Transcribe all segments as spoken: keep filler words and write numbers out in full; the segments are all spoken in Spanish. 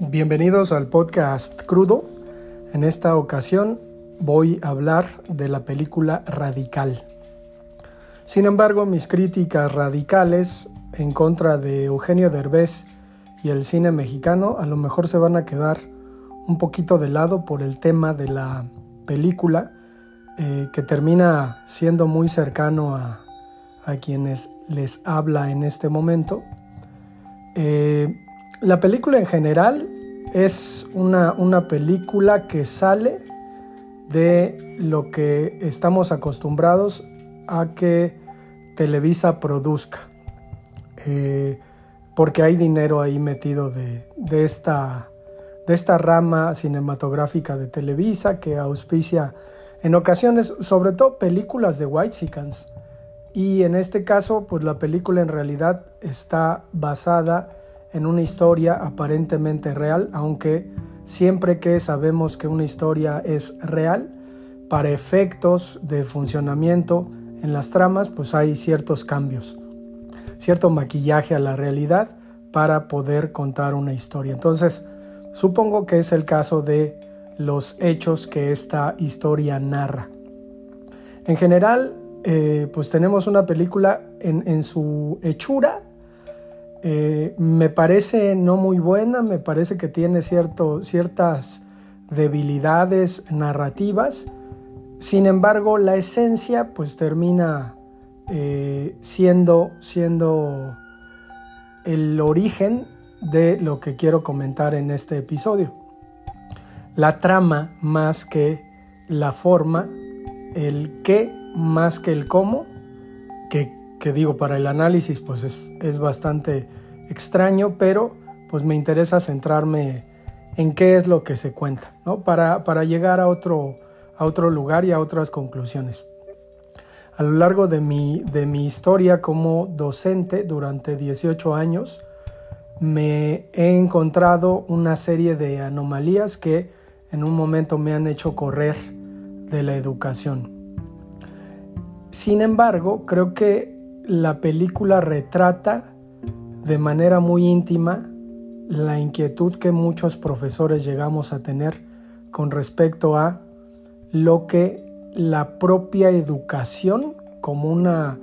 Bienvenidos al podcast Crudo. En esta ocasión voy a hablar de la película Radical. Sin embargo, mis críticas radicales en contra de Eugenio Derbez y el cine mexicano a lo mejor se van a quedar un poquito de lado por el tema de la película, eh, que termina siendo muy cercano a, a quienes les habla en este momento. Eh, La película en general es una, una película que sale de lo que estamos acostumbrados a que Televisa produzca, eh, porque hay dinero ahí metido de, de, esta, de esta rama cinematográfica de Televisa que auspicia en ocasiones, sobre todo películas de whitexicans, y en este caso pues la película en realidad está basada en una historia aparentemente real, aunque siempre que sabemos que una historia es real, para efectos de funcionamiento en las tramas, pues hay ciertos cambios, cierto maquillaje a la realidad para poder contar una historia. Entonces, supongo que es el caso de los hechos que esta historia narra. En general, eh, pues tenemos una película en, en su hechura. Eh, me parece no muy buena, me parece que tiene cierto, ciertas debilidades narrativas. Sin embargo, la esencia pues termina eh, siendo, siendo el origen de lo que quiero comentar en este episodio. La trama más que la forma, el qué más que el cómo, que que digo, para el análisis pues es, es bastante extraño, pero pues me interesa centrarme en qué es lo que se cuenta, ¿no? Para, para llegar a otro, a otro lugar y a otras conclusiones. A lo largo de mi, de mi historia como docente durante dieciocho años, me he encontrado una serie de anomalías que en un momento me han hecho correr de la educación. Sin embargo, creo que la película retrata de manera muy íntima la inquietud que muchos profesores llegamos a tener con respecto a lo que la propia educación, como una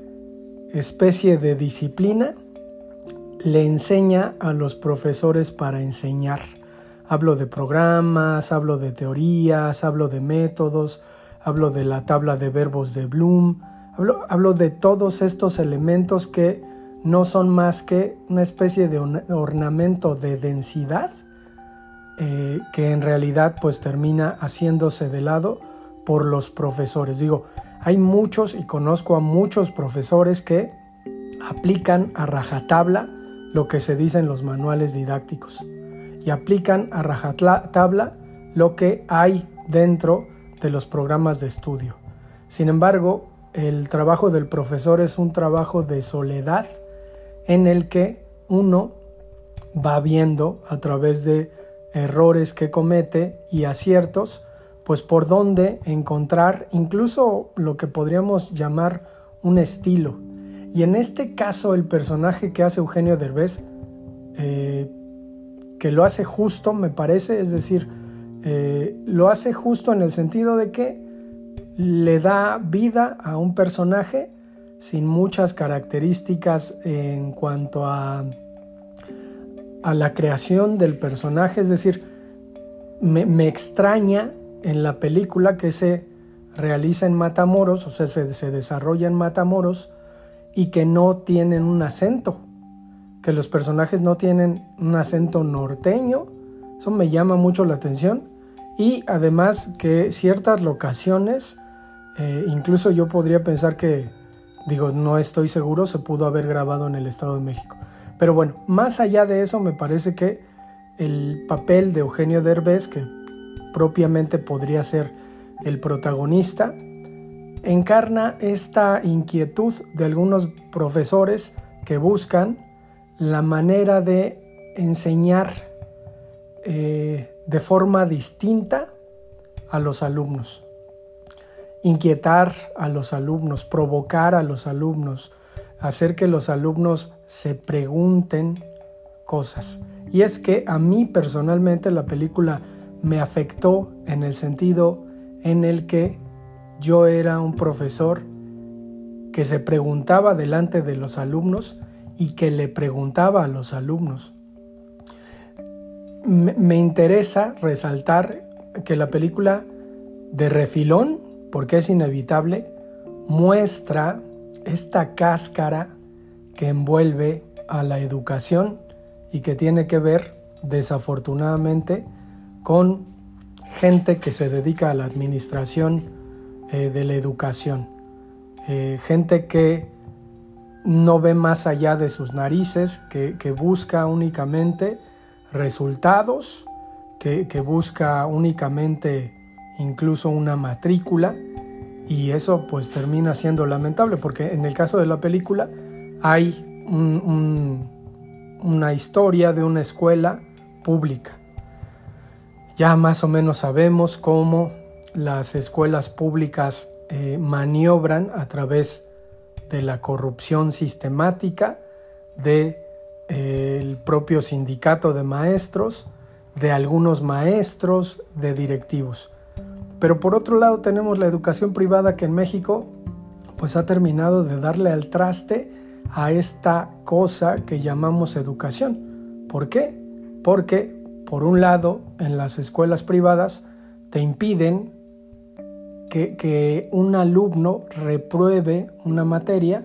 especie de disciplina, le enseña a los profesores para enseñar. Hablo de programas, hablo de teorías, hablo de métodos, hablo de la tabla de verbos de Bloom. Hablo, hablo de todos estos elementos que no son más que una especie de ornamento de densidad, eh, que en realidad pues termina haciéndose de lado por los profesores. Digo, hay muchos y conozco a muchos profesores que aplican a rajatabla lo que se dice en los manuales didácticos y aplican a rajatabla lo que hay dentro de los programas de estudio. Sin embargo, el trabajo del profesor es un trabajo de soledad en el que uno va viendo a través de errores que comete y aciertos, pues por dónde encontrar incluso lo que podríamos llamar un estilo. Y en este caso el personaje que hace Eugenio Derbez, eh, que lo hace justo, me parece, es decir, eh, lo hace justo en el sentido de que le da vida a un personaje sin muchas características en cuanto a, a la creación del personaje. Es decir, me, me extraña en la película que se realiza en Matamoros, o sea, se, se desarrolla en Matamoros y que no tienen un acento, que los personajes no tienen un acento norteño. Eso me llama mucho la atención. Y además que ciertas locaciones, Eh, incluso yo podría pensar que, digo, no estoy seguro, se pudo haber grabado en el Estado de México. Pero bueno, más allá de eso, me parece que el papel de Eugenio Derbez, que propiamente podría ser el protagonista, encarna esta inquietud de algunos profesores que buscan la manera de enseñar eh, de forma distinta a los alumnos. Inquietar a los alumnos, provocar a los alumnos, hacer que los alumnos se pregunten cosas. Y es que a mí personalmente la película me afectó en el sentido en el que yo era un profesor que se preguntaba delante de los alumnos y que le preguntaba a los alumnos. Me, me interesa resaltar que la película, de refilón, porque es inevitable, muestra esta cáscara que envuelve a la educación y que tiene que ver, desafortunadamente, con gente que se dedica a la administración eh, de la educación. Eh, gente que no ve más allá de sus narices, que, que busca únicamente resultados, que, que busca únicamente incluso una matrícula, y eso pues termina siendo lamentable, porque en el caso de la película hay un, un, una historia de una escuela pública. Ya más o menos sabemos cómo las escuelas públicas eh, maniobran a través de la corrupción sistemática del de, eh, propio sindicato de maestros, de algunos maestros, de directivos. Pero por otro lado tenemos la educación privada, que en México pues ha terminado de darle al traste a esta cosa que llamamos educación. ¿Por qué? Porque por un lado en las escuelas privadas te impiden que, que un alumno repruebe una materia,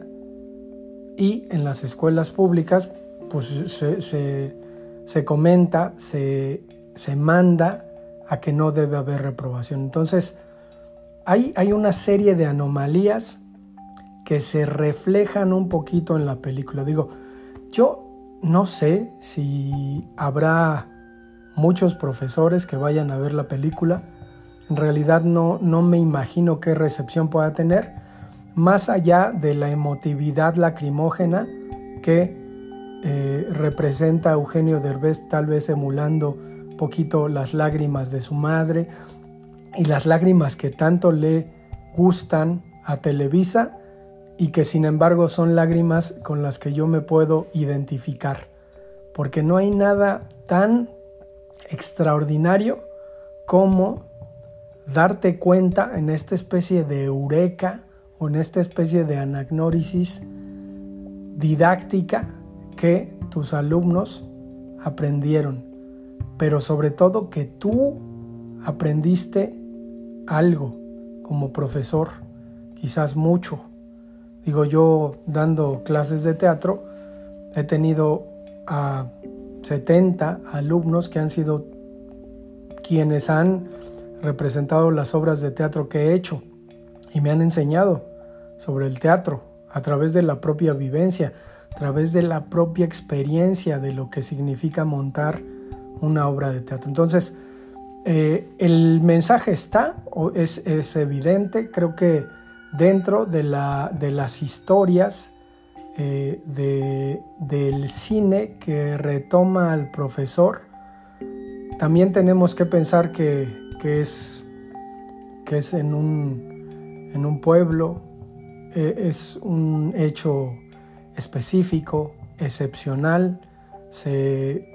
y en las escuelas públicas pues se, se, se comenta, se, se manda a que no debe haber reprobación. Entonces hay, hay una serie de anomalías que se reflejan un poquito en la película. Digo, yo no sé si habrá muchos profesores que vayan a ver la película. En realidad no, no me imagino qué recepción pueda tener, más allá de la emotividad lacrimógena que eh, representa a Eugenio Derbez, tal vez emulando un poquito las lágrimas de su madre, y las lágrimas que tanto le gustan a Televisa, y que sin embargo son lágrimas con las que yo me puedo identificar, porque no hay nada tan extraordinario como darte cuenta en esta especie de eureka o en esta especie de anagnórisis didáctica que tus alumnos aprendieron, pero sobre todo que tú aprendiste algo como profesor, quizás mucho. Digo, yo dando clases de teatro he tenido a setenta alumnos que han sido quienes han representado las obras de teatro que he hecho, y me han enseñado sobre el teatro a través de la propia vivencia, a través de la propia experiencia de lo que significa montar una obra de teatro. Entonces, eh, el mensaje está, es, es evidente. Creo que dentro de, la, de las historias eh, de, del cine que retoma al profesor, también tenemos que pensar que, que, es, que es en un, en un pueblo, eh, es un hecho específico, excepcional, se,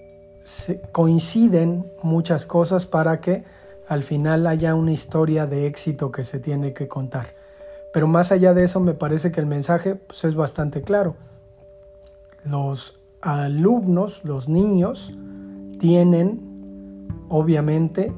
se coinciden muchas cosas para que al final haya una historia de éxito que se tiene que contar. Pero más allá de eso, me parece que el mensaje pues, es bastante claro. Los alumnos, los niños, tienen obviamente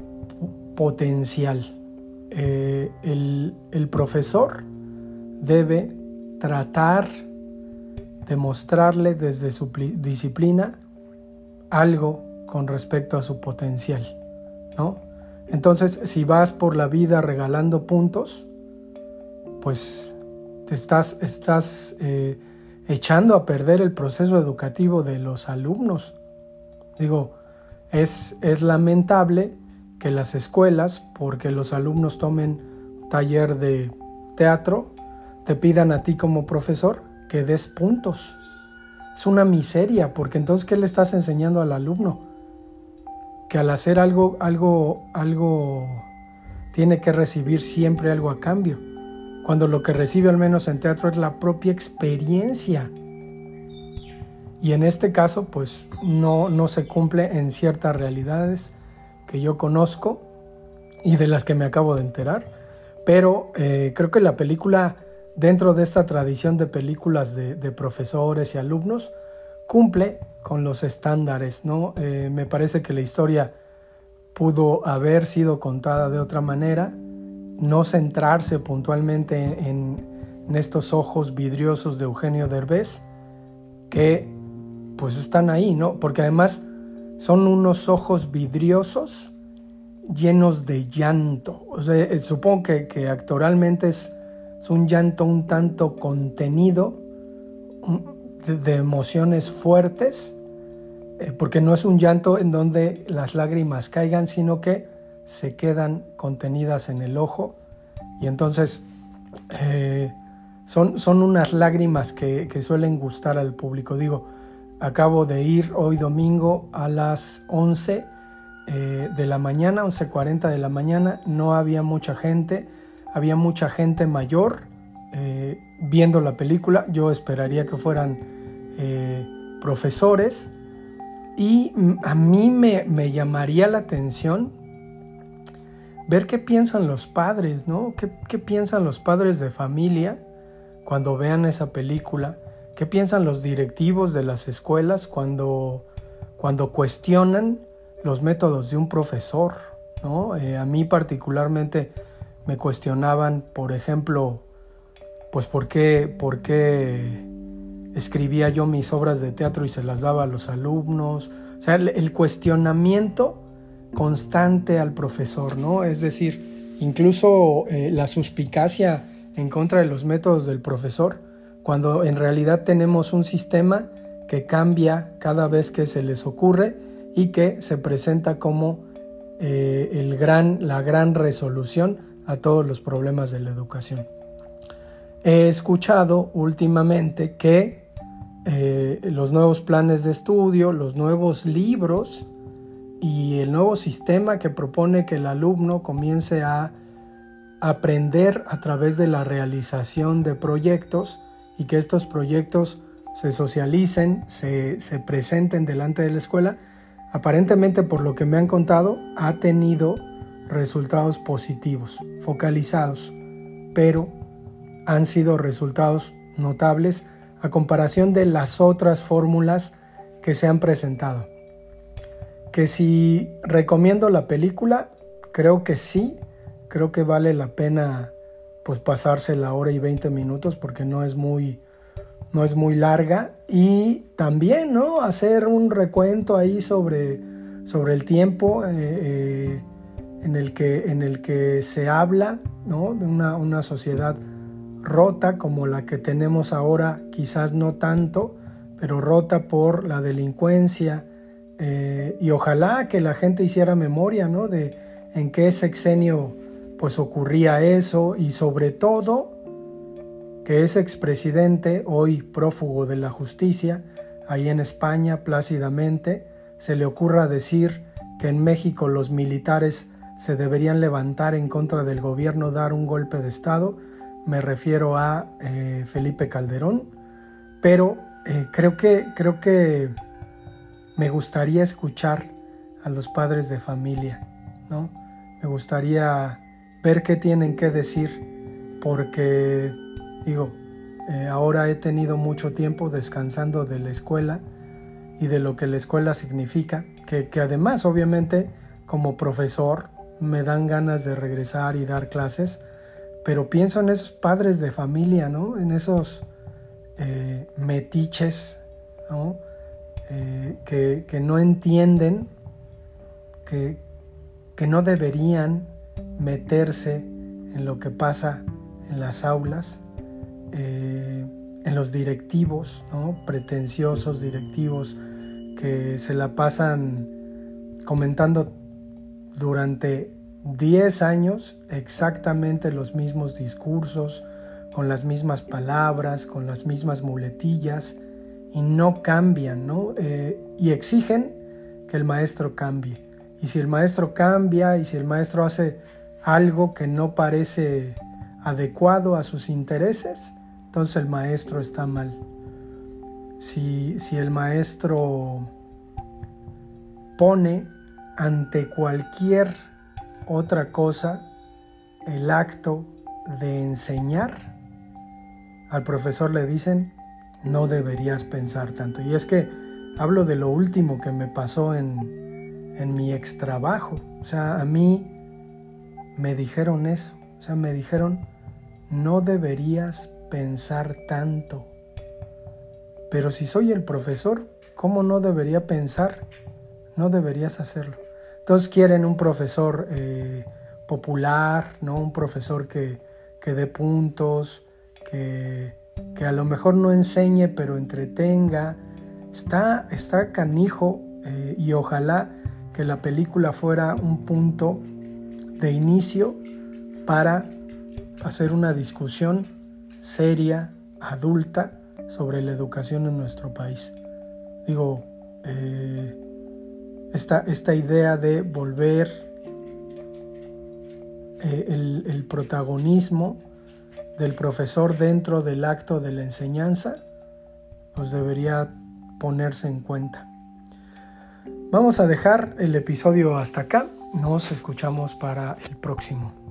potencial. Eh, el, el profesor debe tratar de mostrarle desde su disciplina algo con respecto a su potencial, ¿no? Entonces, si vas por la vida regalando puntos, pues te estás, estás eh, echando a perder el proceso educativo de los alumnos. Digo, es, es lamentable que las escuelas, porque los alumnos tomen taller de teatro, te pidan a ti como profesor que des puntos. Es una miseria, porque entonces ¿qué le estás enseñando al alumno? Que al hacer algo, algo, algo tiene que recibir siempre algo a cambio, cuando lo que recibe, al menos en teatro, es la propia experiencia. Y en este caso, pues no, no se cumple en ciertas realidades que yo conozco y de las que me acabo de enterar. Pero eh, creo que la película, dentro de esta tradición de películas de, de profesores y alumnos, cumple con los estándares, ¿no? Eh, me parece que la historia pudo haber sido contada de otra manera, no centrarse puntualmente en, en estos ojos vidriosos de Eugenio Derbez, que pues están ahí, ¿no? Porque además son unos ojos vidriosos llenos de llanto. O sea, eh, supongo que, que actoralmente es, es un llanto un tanto contenido, de, de emociones fuertes, eh, porque no es un llanto en donde las lágrimas caigan, sino que se quedan contenidas en el ojo. Y entonces eh, son, son unas lágrimas que, que suelen gustar al público. Digo, acabo de ir hoy domingo a las once eh, de la mañana, once cuarenta de la mañana. No había mucha gente, había mucha gente mayor eh, viendo la película. Yo esperaría que fueran eh, profesores. Y a mí me, me llamaría la atención ver qué piensan los padres, ¿no? ¿Qué, qué piensan los padres de familia cuando vean esa película? ¿Qué piensan los directivos de las escuelas cuando, cuando cuestionan los métodos de un profesor, ¿no? Eh, a mí particularmente me cuestionaban, por ejemplo, pues por qué, por qué escribía yo mis obras de teatro y se las daba a los alumnos. O sea, el, el cuestionamiento constante al profesor, ¿no? Es decir, incluso eh, la suspicacia en contra de los métodos del profesor, cuando en realidad tenemos un sistema que cambia cada vez que se les ocurre y que se presenta como eh, el gran, la gran resolución a todos los problemas de la educación. He escuchado últimamente que eh, los nuevos planes de estudio, los nuevos libros y el nuevo sistema que propone que el alumno comience a aprender a través de la realización de proyectos y que estos proyectos se socialicen, se, se presenten delante de la escuela, aparentemente, por lo que me han contado, ha tenido resultados positivos, focalizados, pero han sido resultados notables a comparación de las otras fórmulas que se han presentado. Que si recomiendo la película, creo que sí, creo que vale la pena pues pasarse la hora y veinte minutos porque no es muy, no es muy larga, y también, ¿no?, hacer un recuento ahí sobre, sobre el tiempo eh, eh, en, el que, en el que se habla, ¿no?, de una, una sociedad rota como la que tenemos ahora, quizás no tanto, pero rota por la delincuencia, eh, y ojalá que la gente hiciera memoria, ¿no?, de en qué sexenio pues ocurría eso, y sobre todo que ese expresidente, hoy prófugo de la justicia, ahí en España plácidamente, se le ocurra decir que en México los militares se deberían levantar en contra del gobierno, dar un golpe de estado. Me refiero a eh, Felipe Calderón, pero eh, creo que, creo que me gustaría escuchar a los padres de familia, ¿no? Me gustaría ver qué tienen que decir, porque, digo, eh, ahora he tenido mucho tiempo descansando de la escuela y de lo que la escuela significa, que, que además, obviamente, como profesor, me dan ganas de regresar y dar clases, pero pienso en esos padres de familia, ¿no?, en esos eh, metiches, ¿no?, eh, que, que no entienden, que, que no deberían meterse en lo que pasa en las aulas, eh, en los directivos, ¿no?, pretenciosos directivos que se la pasan comentando durante diez años exactamente los mismos discursos, con las mismas palabras, con las mismas muletillas, y no cambian, ¿no? Eh, y exigen que el maestro cambie. Y si el maestro cambia y si el maestro hace algo que no parece adecuado a sus intereses, entonces el maestro está mal. si, si el maestro pone ante cualquier otra cosa el acto de enseñar, al profesor le dicen, no deberías pensar tanto. Y es que hablo de lo último que me pasó en, en mi extrabajo. O sea, a mí me dijeron eso. O sea, me dijeron, no deberías pensar tanto. Pero si soy el profesor, ¿cómo no debería pensar? No deberías hacerlo. Entonces quieren un profesor eh, popular, ¿no? Un profesor que, que dé puntos, que, que a lo mejor no enseñe, pero entretenga. Está, está canijo eh, y ojalá que la película fuera un punto de inicio para hacer una discusión seria, adulta, sobre la educación en nuestro país. Digo, eh, esta, esta idea de volver eh, el, el protagonismo del profesor dentro del acto de la enseñanza, pues debería ponerse en cuenta. Vamos a dejar el episodio hasta acá. Nos escuchamos para el próximo.